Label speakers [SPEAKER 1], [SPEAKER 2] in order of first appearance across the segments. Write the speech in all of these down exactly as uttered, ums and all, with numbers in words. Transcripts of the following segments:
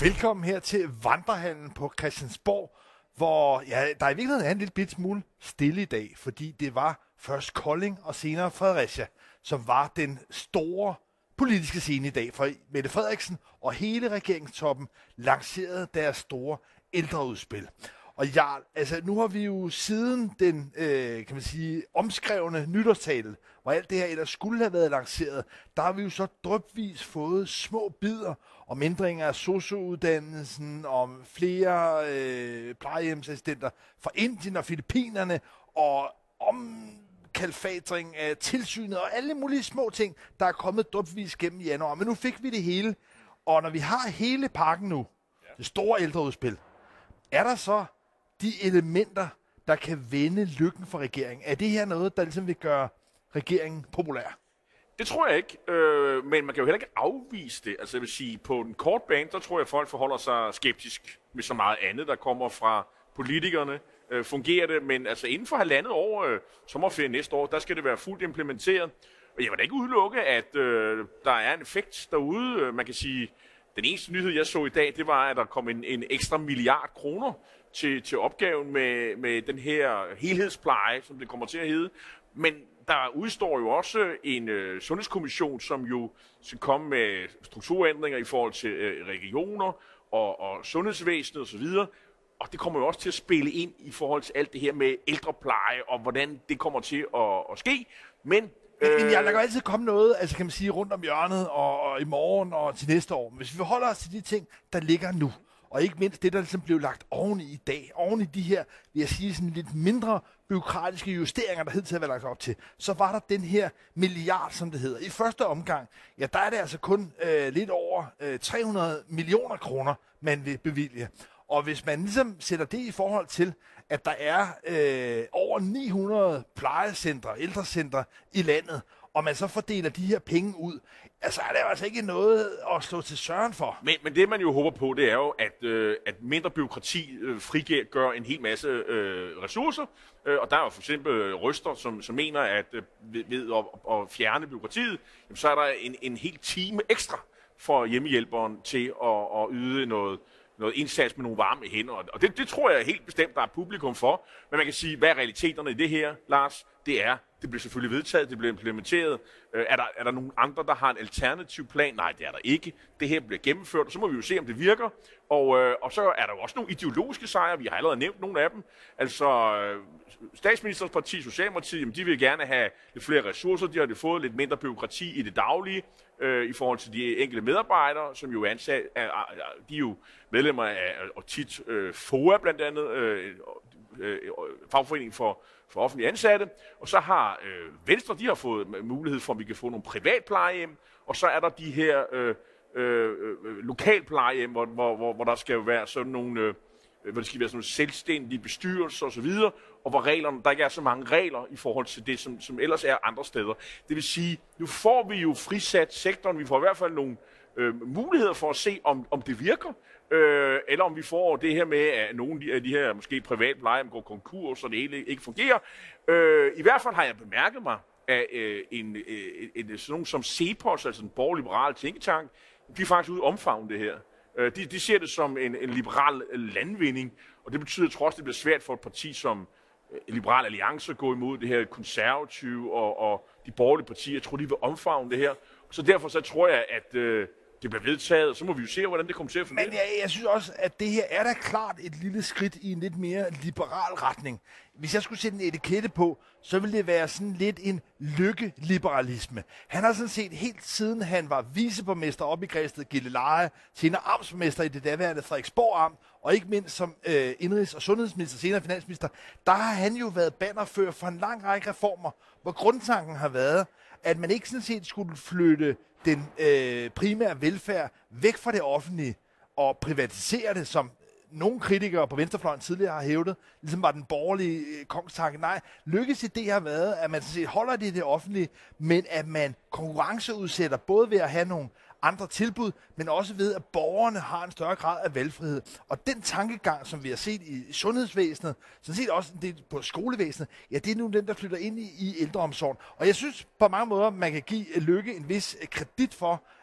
[SPEAKER 1] Velkommen her til Vandrehallen på Christiansborg, hvor ja, der i virkeligheden er en lille bit smule stille i dag, fordi det var først Kolding og senere Fredericia, som var den store politiske scene i dag, for Mette Frederiksen og hele regeringstoppen lancerede deres store ældreudspil. Og ja, altså nu har vi jo siden den, øh, kan man sige, omskrevne nytårstale, hvor alt det her ellers skulle have været lanceret, der har vi jo så drypvis fået små bidder om ændringer af sociouddannelsen, om flere øh, plejehjemsassistenter fra Indien og Filippinerne, og om kalfatring af tilsynet og alle mulige små ting, der er kommet drypvis gennem januar. Men nu fik vi det hele, og når vi har hele pakken nu, det store ældreudspil, er der så de elementer, der kan vende lykken for regeringen? Er det her noget, der ligesom vil gøre regeringen populær?
[SPEAKER 2] Det tror jeg ikke, øh, men man kan jo heller ikke afvise det. Altså jeg vil sige, på den korte bane, der tror jeg, at folk forholder sig skeptisk med så meget andet, der kommer fra politikerne. Øh, fungerer det, men altså inden for halvandet år, øh, sommerferie næste år, der skal det være fuldt implementeret. Og jeg vil da ikke udelukke, at øh, der er en effekt derude. Man kan sige, den eneste nyhed, jeg så i dag, det var, at der kom en, en ekstra milliard kroner til, til opgaven med, med den her helhedspleje, som det kommer til at hedde. Men der udstår jo også en øh, sundhedskommission, som jo skal komme med strukturændringer i forhold til øh, regioner og, og sundhedsvæsenet osv. Og det kommer jo også til at spille ind i forhold til alt det her med ældrepleje og hvordan det kommer til at, at ske. Men
[SPEAKER 1] Men, men ja, der kan jo altid komme noget, altså kan man sige, rundt om hjørnet og, og i morgen og til næste år. Men hvis vi holder os til de ting, der ligger nu, og ikke mindst det, der ligesom blev lagt oven i i dag, oven i de her, vil jeg sige, sådan lidt mindre bureaukratiske justeringer, der hidtil har været lagt op til, så var der den her milliard, som det hedder. I første omgang, ja, der er det altså kun øh, lidt over øh, tre hundrede millioner kroner, man vil bevilge. Og hvis man ligesom sætter det i forhold til, at der er øh, over ni hundrede plejecentre, ældrecentre i landet, og man så fordeler de her penge ud, altså er det jo altså ikke noget at slå til søren for.
[SPEAKER 2] Men, men det, man jo håber på, det er jo, at, øh, at mindre byråkrati øh, frigør en hel masse øh, ressourcer. Øh, og der er jo for eksempel Røster, som, som mener, at øh, ved, ved at, at fjerne byråkratiet, jamen, så er der en, en hel time ekstra for hjemmehjælperen til at, at yde noget, noget indsats med nogle varme hænder. Og det, det tror jeg helt bestemt, der er publikum for. Men man kan sige, hvad er realiteterne i det her, Lars? Det er, det bliver selvfølgelig vedtaget, det bliver implementeret. Øh, er, der, er der nogen andre, der har en alternativ plan? Nej, det er der ikke. Det her bliver gennemført, og så må vi jo se, om det virker. Og, øh, og så er der jo også nogle ideologiske sejre. Vi har allerede nævnt nogle af dem. Altså, øh, statsministerens parti, Socialdemokratiet, jamen, de vil gerne have lidt flere ressourcer. De har det fået lidt mindre byråkrati i det daglige, øh, i forhold til de enkelte medarbejdere, som jo er ansat. Er, er, de er jo medlemmer af, og tit øh, F O A blandt andet, øh, øh, fagforeningen for for offentlige ansatte, og så har øh, Venstre, de har fået mulighed for, at vi kan få nogle privatplejehjem, og så er der de her øh, øh, lokalplejehjem, hvor, hvor, hvor, hvor der skal jo være sådan nogle, øh, hvor der skal være sådan nogle selvstændige bestyrelser osv., og hvor reglerne, der ikke er så mange regler i forhold til det, som, som ellers er andre steder. Det vil sige, nu får vi jo frisat sektoren, vi får i hvert fald nogle øh, muligheder for at se, om, om det virker, Øh, eller om vi får det her med, at nogle af de her måske private plejehjem går konkurs, så det hele ikke fungerer. Øh, I hvert fald har jeg bemærket mig, at øh, en, øh, en, sådan nogen som CEPOS, altså en borgerliberal tænketank, de er faktisk ude at omfavne det her. Øh, de, de ser det som en, en liberal landvinding, og det betyder trods, det bliver svært for et parti som øh, Liberal Alliance at gå imod det her konservative og, og de borgerlige partier. Jeg tror, de vil omfavne det her. Så derfor så tror jeg, at øh, det bliver vedtaget, og så må vi jo se, hvordan det kommer til at fungere.
[SPEAKER 1] Men jeg, jeg synes også, at det her er da klart et lille skridt i en lidt mere liberal retning. Hvis jeg skulle sætte en etikette på, så ville det være sådan lidt en lykkeliberalisme. Han har sådan set helt siden han var viceborgmester oppe i Græsted Gilleleje, senere amtsborgmester i det daværende Frederiksborg Amt, og ikke mindst som øh, indrigs- og sundhedsminister, senere finansminister, der har han jo været bannerfører for en lang række reformer, hvor grundtanken har været, at man ikke sådan set skulle flytte den øh, primære velfærd væk fra det offentlige og privatisere det, som nogle kritikere på venstrefløjen tidligere har hævdet, ligesom var den borgerlige øh, kongstanke. Nej, Lykkes idé har været, at man sådan set holder det i det offentlige, men at man konkurrenceudsætter både ved at have nogle andre tilbud, men også ved, at borgerne har en større grad af valgfrihed. Og den tankegang, som vi har set i sundhedsvæsenet, sådan set også en del på skolevæsenet, ja, det er nu den, der flytter ind i, i ældreomsorgen. Og jeg synes på mange måder, man kan give Lykke en vis kredit for,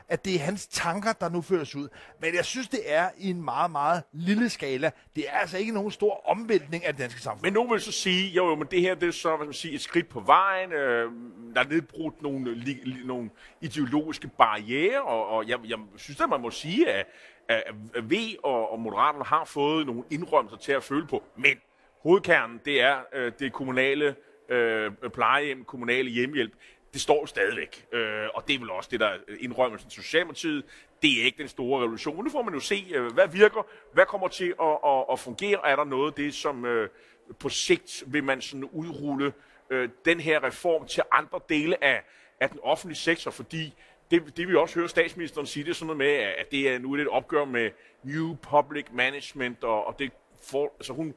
[SPEAKER 1] at det er hans tanker, der nu føres ud. Men jeg synes, det er i en meget, meget lille skala. Det er altså ikke nogen stor omvæltning af det danske samfund.
[SPEAKER 2] Men nogen vil så sige, jo, jo, men det her det er så, hvad skal man sige, et skridt på vejen. Øh, der er nedbrudt nogle, li, li, nogle ideologiske barrierer, og, og jeg, jeg synes, at man må sige, at, at V og, og Moderaterne har fået nogle indrømmelser til at føle på. Men hovedkernen, det er øh, det kommunale øh, plejehjem, kommunale hjemmehjælp. Det står stadigvæk, øh, og det er vel også det, der er indrømmelsen til Socialdemokratiet. Det er ikke den store revolution. Men nu får man jo se, øh, hvad virker, hvad kommer til at, at, at fungere. Er der noget af det, som øh, på sigt vil man sådan udrulle øh, den her reform til andre dele af, af den offentlige sektor? Fordi det, det vi også hører statsministeren sige, det er sådan noget med, at det er nu et opgør med New Public Management, og, og det for, altså hun...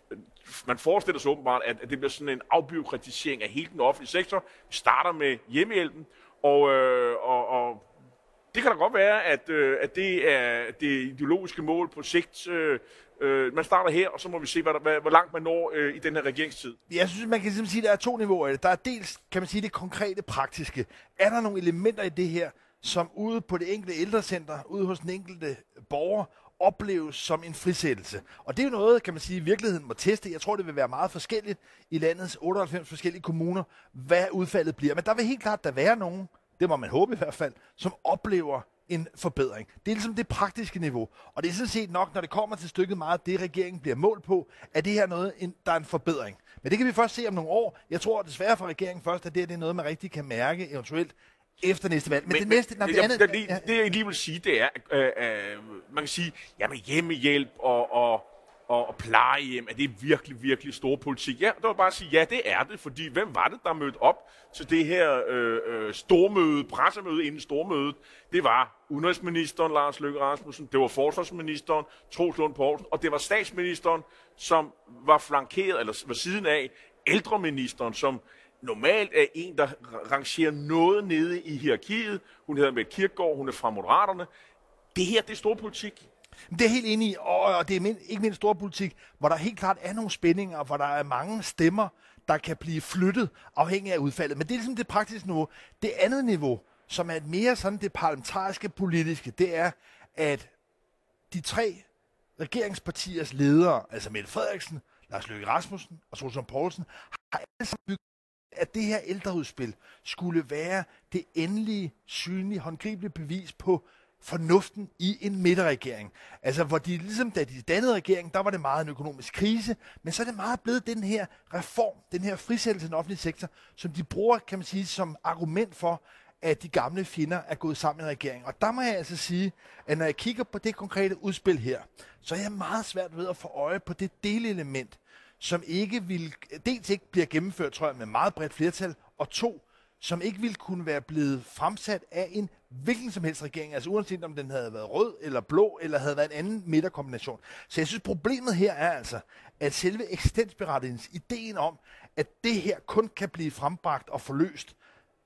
[SPEAKER 2] Man forestiller sig åbenbart, at det bliver sådan en afbureaukratisering af hele den offentlige sektor. Vi starter med hjemmehjælpen, og, øh, og, og det kan da godt være, at, øh, at det er det ideologiske mål på sigt. Øh, øh, man starter her, og så må vi se, hvad der, hvad, hvor langt man når øh, i den her regeringstid.
[SPEAKER 1] Jeg synes, man kan simpelthen sige, at der er to niveauer i det. Der er dels, kan man sige, det konkrete praktiske. Er der nogle elementer i det her, som ude på det enkelte ældrecenter, ude hos den enkelte borger, opleves som en frisættelse. Og det er jo noget, kan man sige, virkeligheden må teste. Jeg tror, det vil være meget forskelligt i landets otteoghalvfems forskellige kommuner, hvad udfaldet bliver. Men der vil helt klart der være nogen, det må man håbe i hvert fald, som oplever en forbedring. Det er ligesom det praktiske niveau. Og det er sådan set nok, når det kommer til stykket meget, det regeringen bliver målt på, at det her noget, der er en forbedring. Men det kan vi først se om nogle år. Jeg tror desværre for regeringen først, at det, det er noget, man rigtig kan mærke eventuelt efter næste valg. Men, men det næste, når det, andet,
[SPEAKER 2] det, det, det jeg lige vil sige, det er, øh, øh, man kan sige, jamen hjemmehjælp og, og, og, og plejehjem, er det virkelig, virkelig stor politik? Ja, der vil bare sige, ja, det er det, fordi hvem var det, der mødte op til det her øh, øh, stormøde, pressemøde inden stormødet? Det var udenrigsministeren, Lars Løkke Rasmussen, det var forsvarsministeren, Troels Lund Poulsen, og det var statsministeren, som var flankeret, eller var siden af ældreministeren, som normalt er en, der rangerer noget nede i hierarkiet. Hun hedder Mette Kirkegaard, hun er fra Moderaterne. Det her, det er storpolitik.
[SPEAKER 1] Det er helt enig i, og det er mind, ikke mindst storpolitik, hvor der helt klart er nogle spændinger, hvor der er mange stemmer, der kan blive flyttet afhængig af udfaldet. Men det er ligesom det praktiske niveau. Det andet niveau, som er mere sådan det parlamentariske politiske, det er, at de tre regeringspartiers ledere, altså Mette Frederiksen, Lars Løkke Rasmussen og Troels Lund Poulsen, har alle sammen bygget, at det her ældreudspil skulle være det endelige, synlige, håndgribelige bevis på fornuften i en midterregering. Altså, hvor de, ligesom da de dannede regering, der var det meget en økonomisk krise, men så er det meget blevet den her reform, den her frisættelse af den offentlige sektor, som de bruger, kan man sige, som argument for, at de gamle fjender er gået sammen i regeringen. Og der må jeg altså sige, at når jeg kigger på det konkrete udspil her, så er jeg meget svært ved at få øje på det delelement, som ikke vil, dels ikke bliver gennemført, tror jeg, med meget bredt flertal, og to, som ikke ville kunne være blevet fremsat af en hvilken som helst regering, altså uanset om den havde været rød eller blå, eller havde været en anden midterkombination. Så jeg synes, problemet her er altså, at selve eksistensberettigelsens ideen om, at det her kun kan blive frembragt og forløst,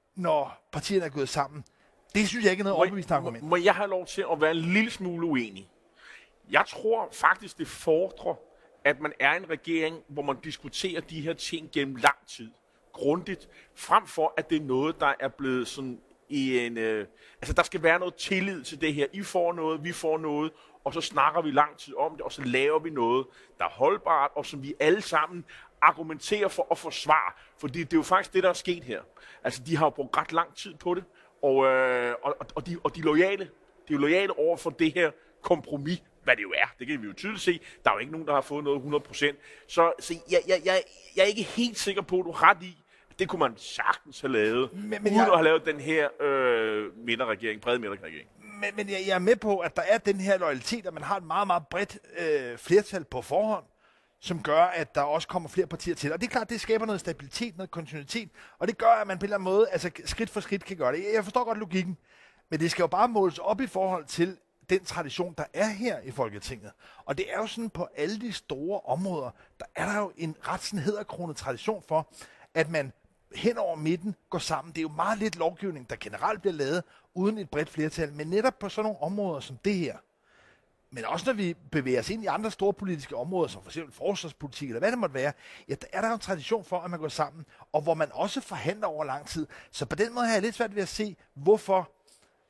[SPEAKER 1] når partierne er gået sammen, det synes jeg ikke er noget overbevisende argument.
[SPEAKER 2] Må jeg have lov til at være en lille smule uenig? Jeg tror faktisk, det fordrer, at man er en regering, hvor man diskuterer de her ting gennem lang tid, grundigt, frem for at det er noget, der er blevet sådan i en... Øh, altså, der skal være noget tillid til det her. I får noget, vi får noget, og så snakker vi lang tid om det, og så laver vi noget, der er holdbart, og som vi alle sammen argumenterer for at forsvare. Fordi det er jo faktisk det, der er sket her. Altså, de har jo brugt ret lang tid på det, og, øh, og, og, de, og de er lojale. De er lojale over for det her kompromis, hvad det jo er. Det kan vi jo tydeligt se. Der er jo ikke nogen, der har fået noget hundrede procent. Så, så jeg, jeg, jeg, jeg er ikke helt sikker på, at du har ret i, at det kunne man sagtens have lavet, men, men uden jeg... at have lavet den her øh, midterregering, brede midterregering.
[SPEAKER 1] Men, men jeg, jeg er med på, at der er den her loyalitet, at man har et meget, meget bredt øh, flertal på forhånd, som gør, at der også kommer flere partier til. Og det er klart, det skaber noget stabilitet, noget kontinuitet, og det gør, at man på en eller anden måde, altså skridt for skridt kan gøre det. Jeg forstår godt logikken, men det skal jo bare måles op i forhold til den tradition, der er her i Folketinget. Og det er jo sådan, på alle de store områder, der er der jo en ret sådan hæderkronet tradition for, at man hen over midten går sammen. Det er jo meget lidt lovgivning, der generelt bliver lavet uden et bredt flertal, men netop på sådan nogle områder som det her. Men også når vi bevæger os ind i andre store politiske områder, som for eksempel forsvarspolitik, eller hvad det måtte være, ja, der er der jo en tradition for, at man går sammen, og hvor man også forhandler over lang tid. Så på den måde har jeg lidt svært ved at se, hvorfor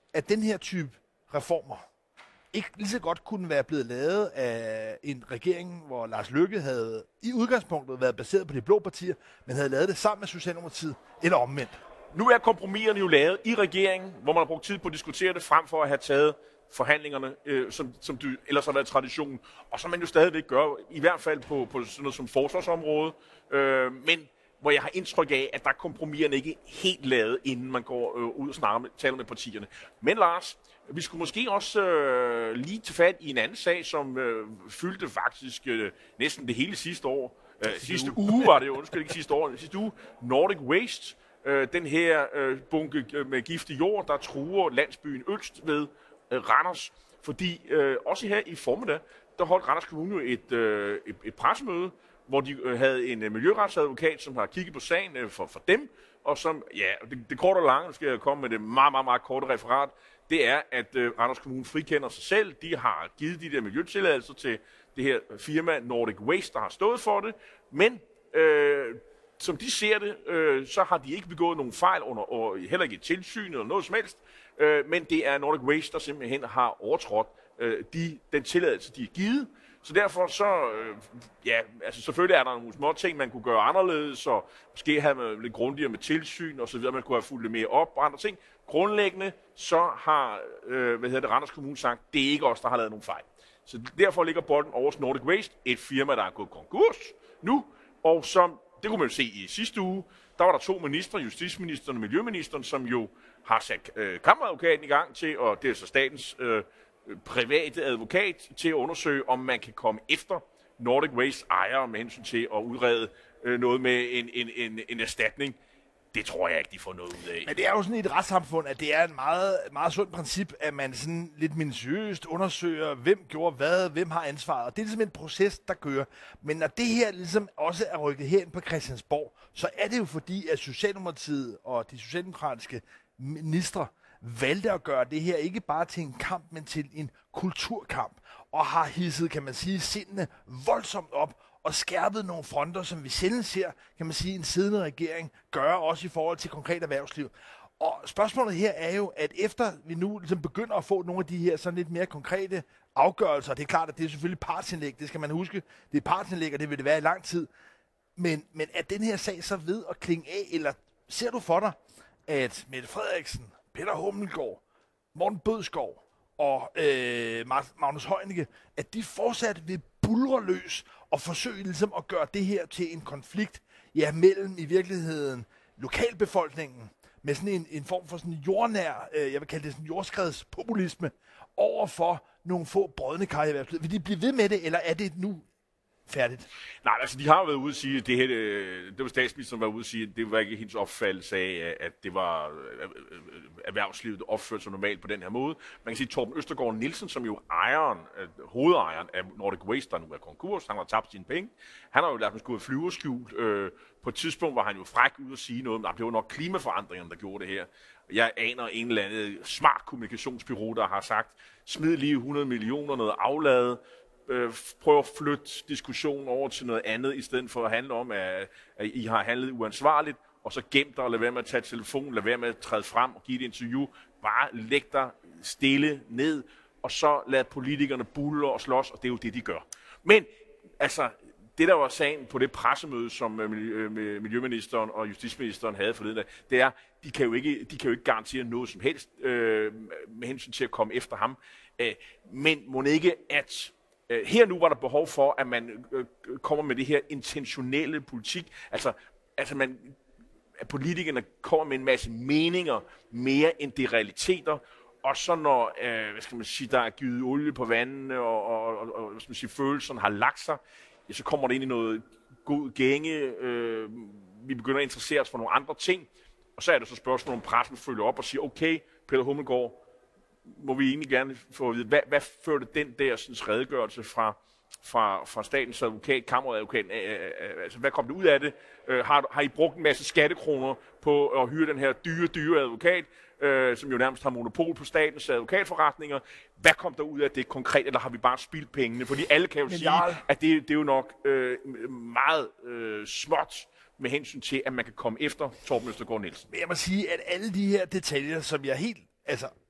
[SPEAKER 1] at den her type reformer ikke lige så godt kunne være blevet lavet af en regering, hvor Lars Løkke havde i udgangspunktet været baseret på de blå partier, men havde lavet det sammen med Socialdemokratiet, eller omvendt?
[SPEAKER 2] Nu er kompromiserne jo lavet i regeringen, hvor man har brugt tid på at diskutere det, frem for at have taget forhandlingerne, øh, som, som du, ellers har været traditionen, og som man jo stadigvæk gør, i hvert fald på, på sådan noget som forsvarsområde, øh, men hvor jeg har indtryk af, at der er kompromiserne ikke helt lavet, inden man går øh, ud og snakker med, taler med partierne. Men Lars, vi skulle måske også øh, lige tage fat i en anden sag, som øh, fyldte faktisk øh, næsten det hele sidste år. Øh, sidste uge var det jo, undskyld, ikke sidste år, sidste uge, Nordic Waste, øh, den her øh, bunke med giftig jord, der truer landsbyen Ølst ved øh, Randers. Fordi øh, også her i formiddag, der holdt Randers Kommune jo et, øh, et, et pressemøde, hvor de øh, havde en øh, miljøretsadvokat, som har kigget på sagen øh, for, for dem, og som, ja, det, det korte og lange, nu skal jeg komme med det meget, meget, meget korte referat, det er, at øh, Randers Kommune frikender sig selv. De har givet de der miljøtilladelser til det her firma Nordic Waste, der har stået for det, men øh, som de ser det, øh, så har de ikke begået nogen fejl under, og heller ikke et tilsyn eller noget som helst, øh, men det er Nordic Waste, der simpelthen har overtrådt øh, de, den tilladelse, de er givet. Så derfor så, øh, ja, altså selvfølgelig er der nogle små ting, man kunne gøre anderledes, og måske have man lidt grundigere med tilsyn og så videre, man kunne have fulgt lidt mere op og andre ting. Grundlæggende så har, øh, hvad hedder det, Randers Kommune sagt, det er ikke os, der har lavet nogen fejl. Så derfor ligger bolden over Nordic Waste, et firma, der er gået konkurs nu, og som, det kunne man jo se i sidste uge, der var der to ministre, justitsministeren og miljøministeren, som jo har sat øh, kammeradvokaten i gang til, og det er så statens øh, private advokat, til at undersøge, om man kan komme efter Nordic Waste ejere med hensyn til at udrede øh, noget med en, en, en, en erstatning. Det tror jeg ikke, de får noget ud af.
[SPEAKER 1] Men det er jo sådan i et retssamfund, at det er et meget, meget sundt princip, at man sådan lidt minutiøst undersøger, hvem gjorde hvad, hvem har ansvaret. Og det er ligesom en proces, der kører. Men når det her ligesom også er rykket herind på Christiansborg, så er det jo fordi, at Socialdemokratiet og de socialdemokratiske ministre valgte at gøre det her ikke bare til en kamp, men til en kulturkamp. Og har hisset, kan man sige, sindene voldsomt op og skærpet nogle fronter, som vi sjældent ser, kan man sige, en siddende regering gøre, også i forhold til konkret erhvervsliv. Og spørgsmålet her er jo, at efter vi nu ligesom begynder at få nogle af de her sådan lidt mere konkrete afgørelser, det er klart, at det er selvfølgelig partsindlæg, det skal man huske, det er partsindlæg, og det vil det være i lang tid, men, men er den her sag så ved at klinge af, eller ser du for dig, at Mette Frederiksen, Peter Hummelgaard, Morten Bødskov og øh, Magnus Heunicke, at de fortsat vil bulre løs og forsøge ligesom at gøre det her til en konflikt, ja, mellem i virkeligheden lokalbefolkningen, med sådan en, en form for sådan jordnær, øh, jeg vil kalde det sådan jordskredspopulisme, over for nogle få brødne kar i erhvervslivet. Vil de blive ved med det, eller er det nu færdigt?
[SPEAKER 2] Nej, altså de har jo været ude at sige, at det her, det var statsministeren, der var ude at sige, at det var ikke hendes opfattelse af, at det var erhvervslivet, der opførte sig normalt på den her måde. Man kan sige, at Torben Østergaard Nielsen, som jo ejeren, hovedejeren af Nordic Waste, der nu er konkurs, han har tabt sine penge, han har jo lagt mig skudt flyverskjult. Øh, på et tidspunkt var han jo fræk ud at sige noget, men det var nok klimaforandringerne, der gjorde det her. Jeg aner en eller anden smart kommunikationsbureau, der har sagt, smid lige hundrede millioner, noget afladet, prøve at flytte diskussionen over til noget andet, i stedet for at handle om, at, at I har handlet uansvarligt, og så gemt dig og lad være med at tage telefonen, lad være med at træde frem og give et interview. Bare læg dig stille ned, og så lad politikerne bulle og slås, og det er jo det, de gør. Men altså, det der var sagen på det pressemøde, som miljøministeren og justitsministeren havde forleden dag, det er, de kan jo ikke, de kan jo ikke garantere noget som helst øh, med hensyn til at komme efter ham. Øh, men må ikke, at her nu var der behov for, at man øh, kommer med det her intentionelle politik. Altså, altså man, at politikerne kommer med en masse meninger, mere end det realiteter. Og så når, øh, hvad skal man sige, der er givet olie på vandene, og, og, og, og hvad skal man sige, følelserne har lagt sig, ja, så kommer det ind i noget god gænge. Øh, vi begynder at interessere os for nogle andre ting. Og så er det så spørgsmål, om pressen følger op og siger, okay, Peter Hummelgaard, må vi egentlig gerne få at vide, hvad, hvad førte den der sådan, redegørelse fra, fra, fra statens advokat, kammeradvokat, øh, øh, altså hvad kom det ud af det? Øh, har, har I brugt en masse skattekroner på at hyre den her dyre, dyre advokat, øh, som jo nærmest har monopol på statens advokatforretninger? Hvad kom der ud af det konkret, eller har vi bare spildt pengene? Fordi alle kan jo Men sige, jeg... at det, det er jo nok øh, meget øh, småt med hensyn til, at man kan komme efter Torben Østergaard Nielsen.
[SPEAKER 1] Men jeg må sige, at alle de her detaljer, som jeg helt, altså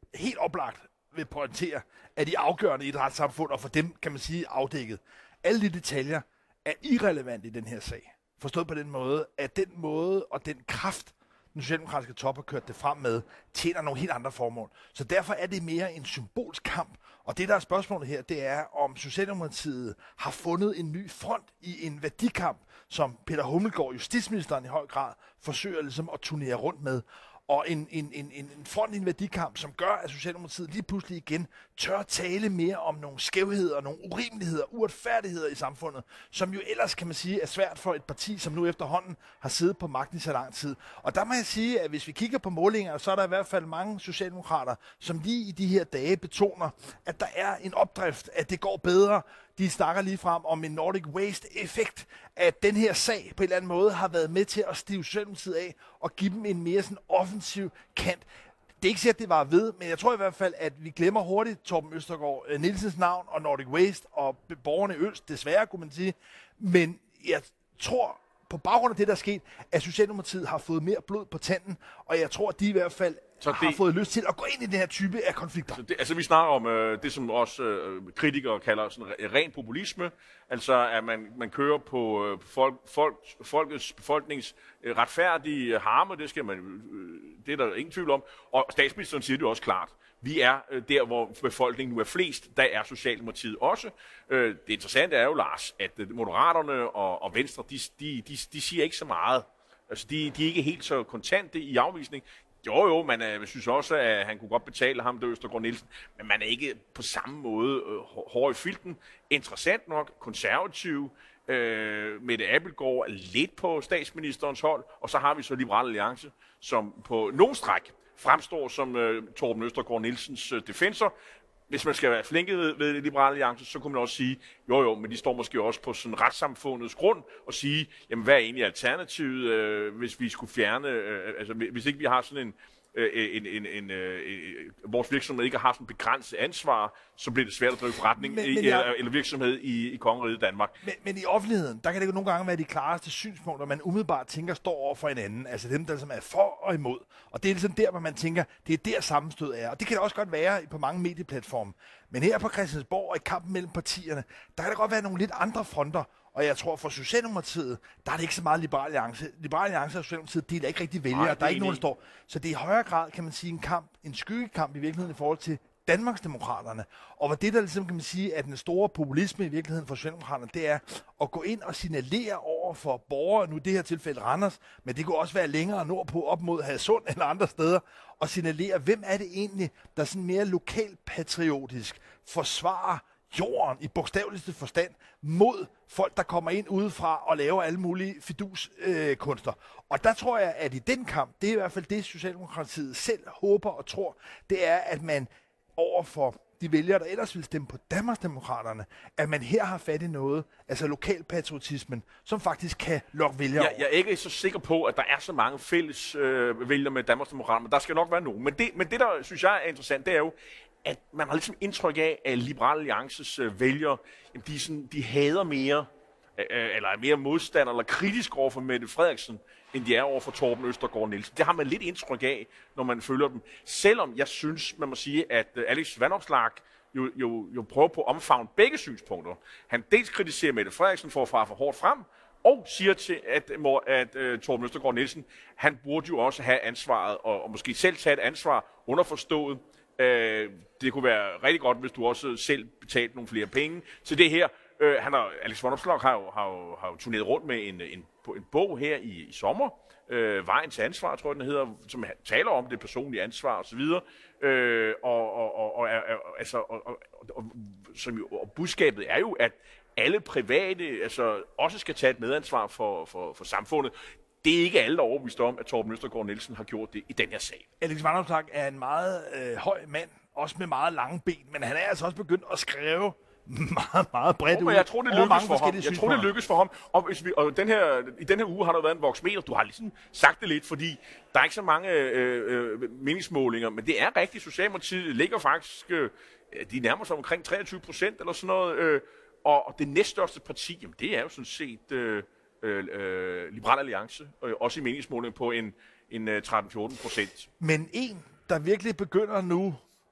[SPEAKER 1] helt oplagt vil pointere, er de afgørende i et retssamfund, og for dem, kan man sige, afdækket. Alle de detaljer er irrelevante i den her sag. Forstået på den måde, at den måde og den kraft, den socialdemokratiske top har kørt det frem med, tjener nogle helt andre formål. Så derfor er det mere en symbolsk kamp. Og det, der er spørgsmålet her, det er, om Socialdemokratiet har fundet en ny front i en værdikamp, som Peter Hummelgaard, justitsministeren, i høj grad forsøger ligesom at turnere rundt med. Og en, en, en, en front i en værdikamp, som gør, at Socialdemokratiet lige pludselig igen tør tale mere om nogle skævheder, nogle urimeligheder, uretfærdigheder i samfundet, som jo ellers, kan man sige, er svært for et parti, som nu efterhånden har siddet på magten i så lang tid. Og der må jeg sige, at hvis vi kigger på målinger, så er der i hvert fald mange socialdemokrater, som lige i de her dage betoner, at der er en opdrift, at det går bedre. De snakker lige frem om en Nordic Waste-effekt, at den her sag på en eller anden måde har været med til at stive Socialdemokratiet af og give dem en mere sådan offensiv kant. Det er ikke sikkert, det var ved, men jeg tror i hvert fald, at vi glemmer hurtigt Torben Østergaard Nielsens navn og Nordic Waste og borgerne i Ølst, desværre kunne man sige. Men jeg tror, på baggrund af det, der er sket, at Socialdemokratiet har fået mere blod på tanden, og jeg tror, at de i hvert fald så har det, fået lyst til at gå ind i den her type af konflikter.
[SPEAKER 2] Det, altså vi snakker om øh, det, som også øh, kritikere kalder sådan ren populisme, altså at man, man kører på øh, folk, folk, folkets befolknings øh, retfærdige harme, det skal man, øh, det er der ingen tvivl om, og statsministeren siger det også klart. Vi er øh, der, hvor befolkningen nu er flest, der er Socialdemokratiet også. Øh, det interessante er jo, Lars, at øh, Moderaterne og, og Venstre, de, de, de, de siger ikke så meget. Altså de, de er ikke helt så kontante i afvisning. Jo, jo, man øh, synes også, at han kunne godt betale ham, det Østergaard Nielsen, men man er ikke på samme måde øh, hård i filten. Interessant nok, konservativ, øh, Mette Abildgaard er lidt på statsministerens hold, og så har vi så Liberal Alliance, som på nogen stræk fremstår som øh, Torben Østergaard Nielsens øh, defensor. Hvis man skal være flinke ved, ved Liberal Alliance, så kunne man også sige, jo jo, men de står måske også på sådan retssamfundets grund og sige, jamen hvad er egentlig alternativet, øh, hvis vi skulle fjerne, øh, altså hvis ikke vi har sådan en, øh, en, en, en øh, vores virksomhed ikke har sådan begrænset ansvar, så bliver det svært at drive forretning men, men i, jeg, eller virksomhed i, i kongeriget Danmark.
[SPEAKER 1] Men, men i offentligheden, der kan det jo nogle gange være de klareste synspunkter, man umiddelbart tænker står over for hinanden, altså dem, der som er for og imod. Og det er ligesom der, hvor man tænker, det er der sammenstød er. Og det kan det også godt være på mange medieplatforme. Men her på Christiansborg og i kampen mellem partierne, der kan der godt være nogle lidt andre fronter. Og jeg tror, for Socialdemokratiet, der er det ikke så meget Liberal Alliance. Liberal Alliance og Socialdemokratiet deler ikke rigtig vælgere. Der er ikke nogen, der står. Så det er i højere grad, kan man sige, en kamp, en skyggekamp i virkeligheden i forhold til Danmarksdemokraterne. Og hvad det der ligesom, kan man sige, at den store populisme i virkeligheden for Socialdemokraterne, det er at gå ind og signalere over for borgere, nu i det her tilfælde Randers, men det kunne også være længere nordpå, op mod Hadsund eller andre steder, og signalere, hvem er det egentlig, der sådan mere lokalpatriotisk forsvarer jorden i bogstaveligste forstand mod folk, der kommer ind udefra og laver alle mulige fiduskunster. Øh, og der tror jeg, at i den kamp, det er i hvert fald det, Socialdemokratiet selv håber og tror, det er, at man overfor de vælgere, der ellers vil stemme på Danmarksdemokraterne, at man her har fat i noget, altså lokalpatriotismen, som faktisk kan lokke vælgere
[SPEAKER 2] jeg, jeg er ikke så sikker på, at der er så mange fælles øh, vælgere med Danmarksdemokraterne, men der skal nok være nogen. Men det, men det, der synes jeg er interessant, det er jo, at man har ligesom indtryk af, at Liberal Alliances øh, vælgere, jamen, de, sådan, de hader mere, øh, eller er mere modstander eller kritisk over for Mette Frederiksen, end de er over for Torben Østergaard Nielsen. Det har man lidt indtryk af, når man følger dem. Selvom jeg synes, man må sige, at øh, Alex Vanopslagh jo, jo, jo prøver på at omfavne begge synspunkter. Han dels kritiserer Mette Frederiksen for at fare for hårdt frem, og siger til, at, at, at uh, Torben Østergaard Nielsen, han burde jo også have ansvaret, og, og måske selv tage et ansvar underforstået. Uh, det kunne være rigtig godt, hvis du også selv betalte nogle flere penge til det her. Uh, han har, Alex Vanopslagh har jo, har jo, har jo turneret rundt med en, en, en bog her i, i sommer, uh, Vejen til ansvar, tror jeg den hedder, som taler om det personlige ansvar osv. Uh, og, og, og, og, altså, og, og, og, som jo, og budskabet er jo, at alle private altså, også skal tage et medansvar for, for, for samfundet. Det er ikke alle, der er overbevist om, at Torben Østergaard Nielsen har gjort det i den her sag.
[SPEAKER 1] Alex Vanopslagh er en meget øh, høj mand, også med meget lange ben, men han er altså også begyndt at skrive meget, meget bredt
[SPEAKER 2] oh,
[SPEAKER 1] ud.
[SPEAKER 2] Jeg tror, det lykkes for ham. Jeg tror, det lykkes for ham. Og, hvis vi, og den her, i den her uge har der været en voksmeter. Du har ligesom sagt det lidt, fordi der er ikke så mange øh, øh, meningsmålinger, men det er rigtigt. Socialdemokratiet ligger faktisk, øh, de nærmer sig omkring treogtyve procent eller sådan noget. Øh, og det næststørste parti, jamen, det er jo sådan set øh, øh, Liberal Alliance, øh, også i meningsmålingen på en, en øh, tretten til fjorten procent.
[SPEAKER 1] Men en, der virkelig begynder nu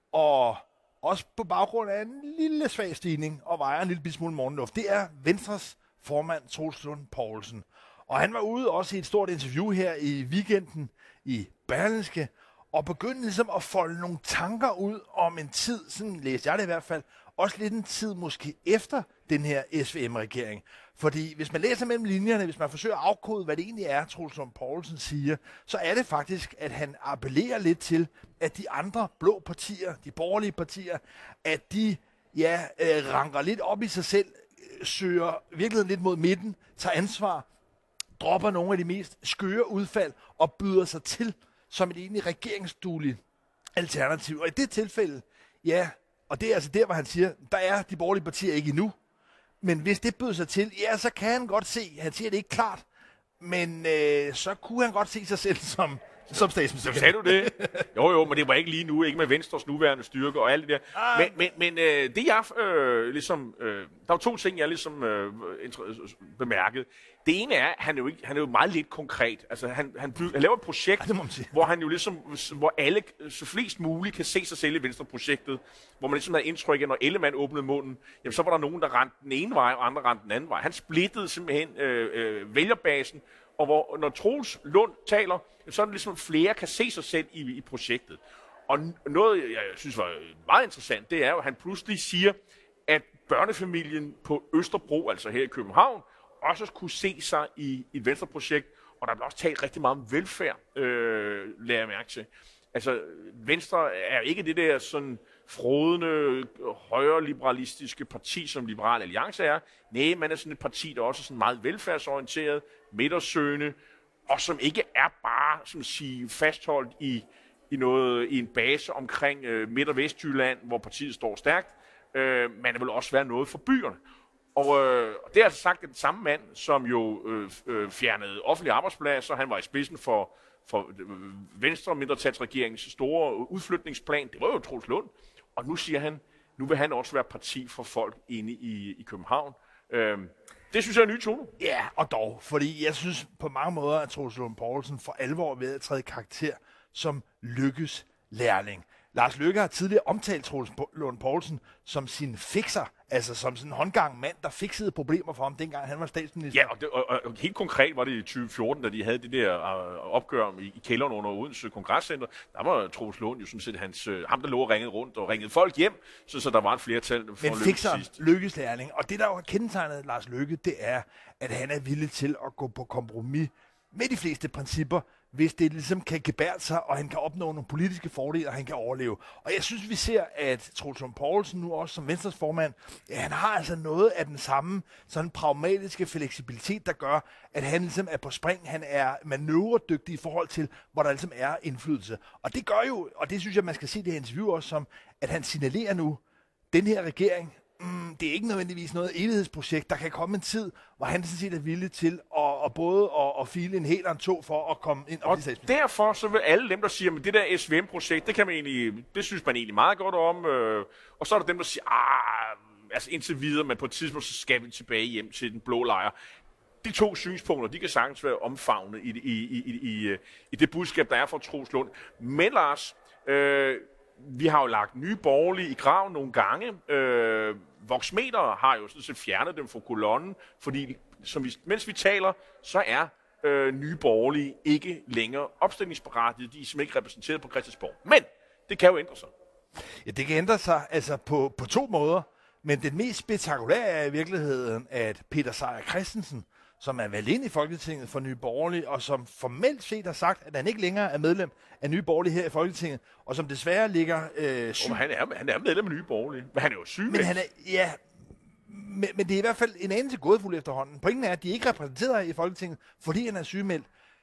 [SPEAKER 1] og også på baggrund af en lille svag stigning og vejer en lille smule morgenluft. Det er Venstres formand, Troels Lund Poulsen. Og han var ude også i et stort interview her i weekenden i Berlingske, og begyndte ligesom at folde nogle tanker ud om en tid, sådan læste jeg det i hvert fald, også lidt en tid måske efter den her S V M-regering. Fordi hvis man læser mellem linjerne, hvis man forsøger at afkode, hvad det egentlig er, Troels Lund Poulsen siger, så er det faktisk, at han appellerer lidt til, at de andre blå partier, de borgerlige partier, at de ja, øh, ranker lidt op i sig selv, øh, søger virkeligheden lidt mod midten, tager ansvar, dropper nogle af de mest skøre udfald og byder sig til som et egentlig regeringsdueligt alternativ. Og i det tilfælde, ja, og det er altså der, hvor han siger, der er de borgerlige partier ikke endnu, men hvis det byder sig til, ja, så kan han godt se, han siger det ikke klart, men øh, så kunne han godt se sig selv som, som statsminister.
[SPEAKER 2] Så sagde du det? Jo, jo, men det var ikke lige nu, ikke med Venstres nuværende styrke og alt det der. Ah. Men, men, men øh, det jeg øh, ligesom, øh, der var to ting, jeg ligesom øh, bemærkede. Det ene er, at han er jo, ikke, han er jo meget lidt konkret. Altså, han, han, bygger, han laver et projekt, ja, hvor han jo ligesom, hvor alle, så flest muligt kan se sig selv i Venstre-projektet, hvor man ligesom havde indtryk af, når Ellemann åbnede munden, jamen, så var der nogen, der rendte den ene vej, og andre rendte den anden vej. Han splittede simpelthen øh, øh, vælgerbasen, og hvor, når Troels Lund taler, så er det ligesom, flere kan se sig selv i, i projektet. Og noget, jeg synes var meget interessant, det er jo, at han pludselig siger, at børnefamilien på Østerbro, altså her i København, også kunne se sig i, i et Venstre-projekt, og der bliver også talt rigtig meget om velfærd, øh, lader jeg mærke til. Altså, Venstre er ikke det der sådan frådende, højreliberalistiske parti, som Liberal Alliance er. Nej, man er sådan et parti, der også er sådan meget velfærdsorienteret, midtersøgende, og som ikke er bare, som sige, fastholdt i, i, noget, i en base omkring øh, Midt- og Vestjylland, hvor partiet står stærkt. Øh, men det vil også være noget for byerne. Og øh, det er altså sagt den samme mand, som jo øh, øh, fjernede offentlige arbejdspladser. Han var i spidsen for, for øh, Venstre mindretalsregeringens store udflytningsplan. Det var jo Troels Lund. Og nu siger han, nu vil han også være parti for folk inde i, i København. Øh, det synes jeg er en ny tone.
[SPEAKER 1] Ja, og dog. Fordi jeg synes på mange måder, at Troels Lund Poulsen for alvor ved at træde karakter som Lykkes lærling. Lars Løkke har tidligere omtalt Troels Lund Poulsen som sin fikser, altså som sådan en håndgang mand, der fiksede problemer for ham, dengang han var statsminister.
[SPEAKER 2] Ja, og, det, og, og helt konkret var det i tyve fjorten, da de havde det der uh, opgør i, i kælderen under Odense Kongresscenter. Der var Troels Lund jo sådan set hans, uh, ham, der lå og ringede rundt og ringede folk hjem, så, så der var et flertal for
[SPEAKER 1] Men fikseren, Lykkes lærling. Og det, der jo har kendetegnet Lars Løkke, det er, at han er villig til at gå på kompromis med de fleste principper, hvis det ligesom kan gebære sig, og han kan opnå nogle politiske fordele, og han kan overleve. Og jeg synes, vi ser, at Troels Lund Poulsen nu også som Venstres formand, ja, han har altså noget af den samme sådan pragmatiske fleksibilitet, der gør, at han ligesom er på spring, han er manøvredygtig i forhold til, hvor der ligesom er indflydelse. Og det gør jo, og det synes jeg, man skal se det her interview også som, at han signalerer nu, den her regering, Mm, det er ikke nødvendigvis noget evighedsprojekt. Der kan komme en tid, hvor han sådan set er villig til at, at både at, at file en hel og en to for at komme ind.
[SPEAKER 2] Og, og derfor så vil alle dem, der siger, at det der S V M-projekt, det kan man egentlig, det synes man egentlig meget godt om. Øh, og så er der dem, der siger, ah, altså indtil videre, men på et tidspunkt, så skal vi tilbage hjem til den blå lejr. De to synspunkter, de kan sagtens være omfavnet i, i, i, i, i, i det budskab, der er fra Troels Lund. Men Lars, øh, vi har jo lagt nye borgerlige i graven nogle gange. Øh, Voxmeter har jo sådan set fjernet dem fra kolonnen, fordi som vi, mens vi taler, så er øh, nye borgerlige ikke længere opstillingsberettigede. De er simpelthen ikke repræsenteret på Christiansborg. Men det kan jo ændre sig.
[SPEAKER 1] Ja, det kan ændre sig altså på, på to måder. Men den mest spektakulære er i virkeligheden, at Peter Seier Christensen, som er valgt ind i Folketinget for Nye Borgerlige, og som formelt set har sagt, at han ikke længere er medlem af Nye Borgerlige her i Folketinget, og som desværre ligger øh, syg.
[SPEAKER 2] Oh, han, er, han er medlem af Nye Borgerlige, men han er jo syg.
[SPEAKER 1] Men han er, ja, men, men det er i hvert fald en anelse gådefuld efterhånden. Pointen er, at de ikke er repræsenteret i Folketinget, fordi han er sygemeldt.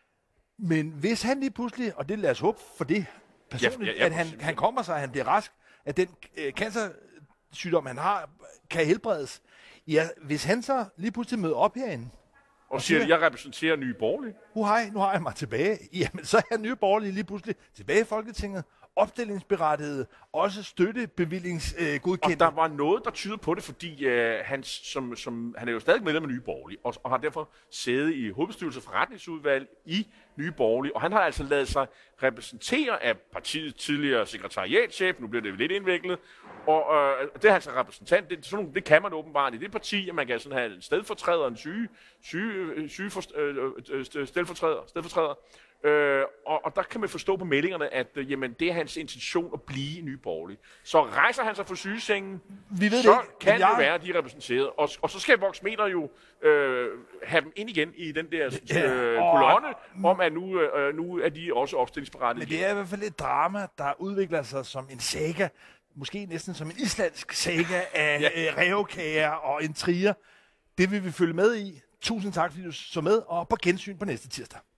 [SPEAKER 1] Men hvis han lige pludselig, og det lader os håbe for det personligt, ja, ja, ja, at han, han kommer sig, at han bliver rask, at den øh, cancersygdom, han har, kan helbredes. Ja, hvis han så lige pludselig møder op herinde,
[SPEAKER 2] og siger, at jeg repræsenterer Nye Borgerlige.
[SPEAKER 1] Uh, hej, nu har jeg mig tilbage. Jamen, så er Nye Borgerlige lige pludselig tilbage i Folketinget. Opstillingsberettigede, også støttebevillingsgodkendte.
[SPEAKER 2] Og der var noget, der tyder på det, fordi øh, han, som, som, han er jo stadig medlem af Nye Borgerlige, og, og har derfor sædet i hovedbestyrelse og forretningsudvalg i Nye Borgerlige, og han har altså ladet sig repræsentere af partiets tidligere sekretariatschef, nu bliver det lidt indviklet, og øh, det er altså repræsentant, det, sådan, det kan man åbenbart i det parti, at man kan sådan have en stedfortræder, en syge, syge, syge for, øh, stedfortræder, stedfortræder. Øh, og, og der kan man forstå på meldingerne, at øh, jamen, det er hans intention at blive Nye Borgerlige. Så rejser han sig fra sygesengen,
[SPEAKER 1] Vi ved
[SPEAKER 2] så
[SPEAKER 1] det ikke,
[SPEAKER 2] kan
[SPEAKER 1] jeg...
[SPEAKER 2] det være, at de er repræsenteret. Og, og så skal Voxmeter jo øh, have dem ind igen i den der øh, kolonne, og... om at nu, øh, nu er de også opstillingsberettigede.
[SPEAKER 1] Men det er i hvert fald et drama, der udvikler sig som en saga, måske næsten som en islandsk saga af ja. øh, rævekager og intriger. Det vil vi følge med i. Tusind tak, fordi du så med, og på gensyn på næste tirsdag.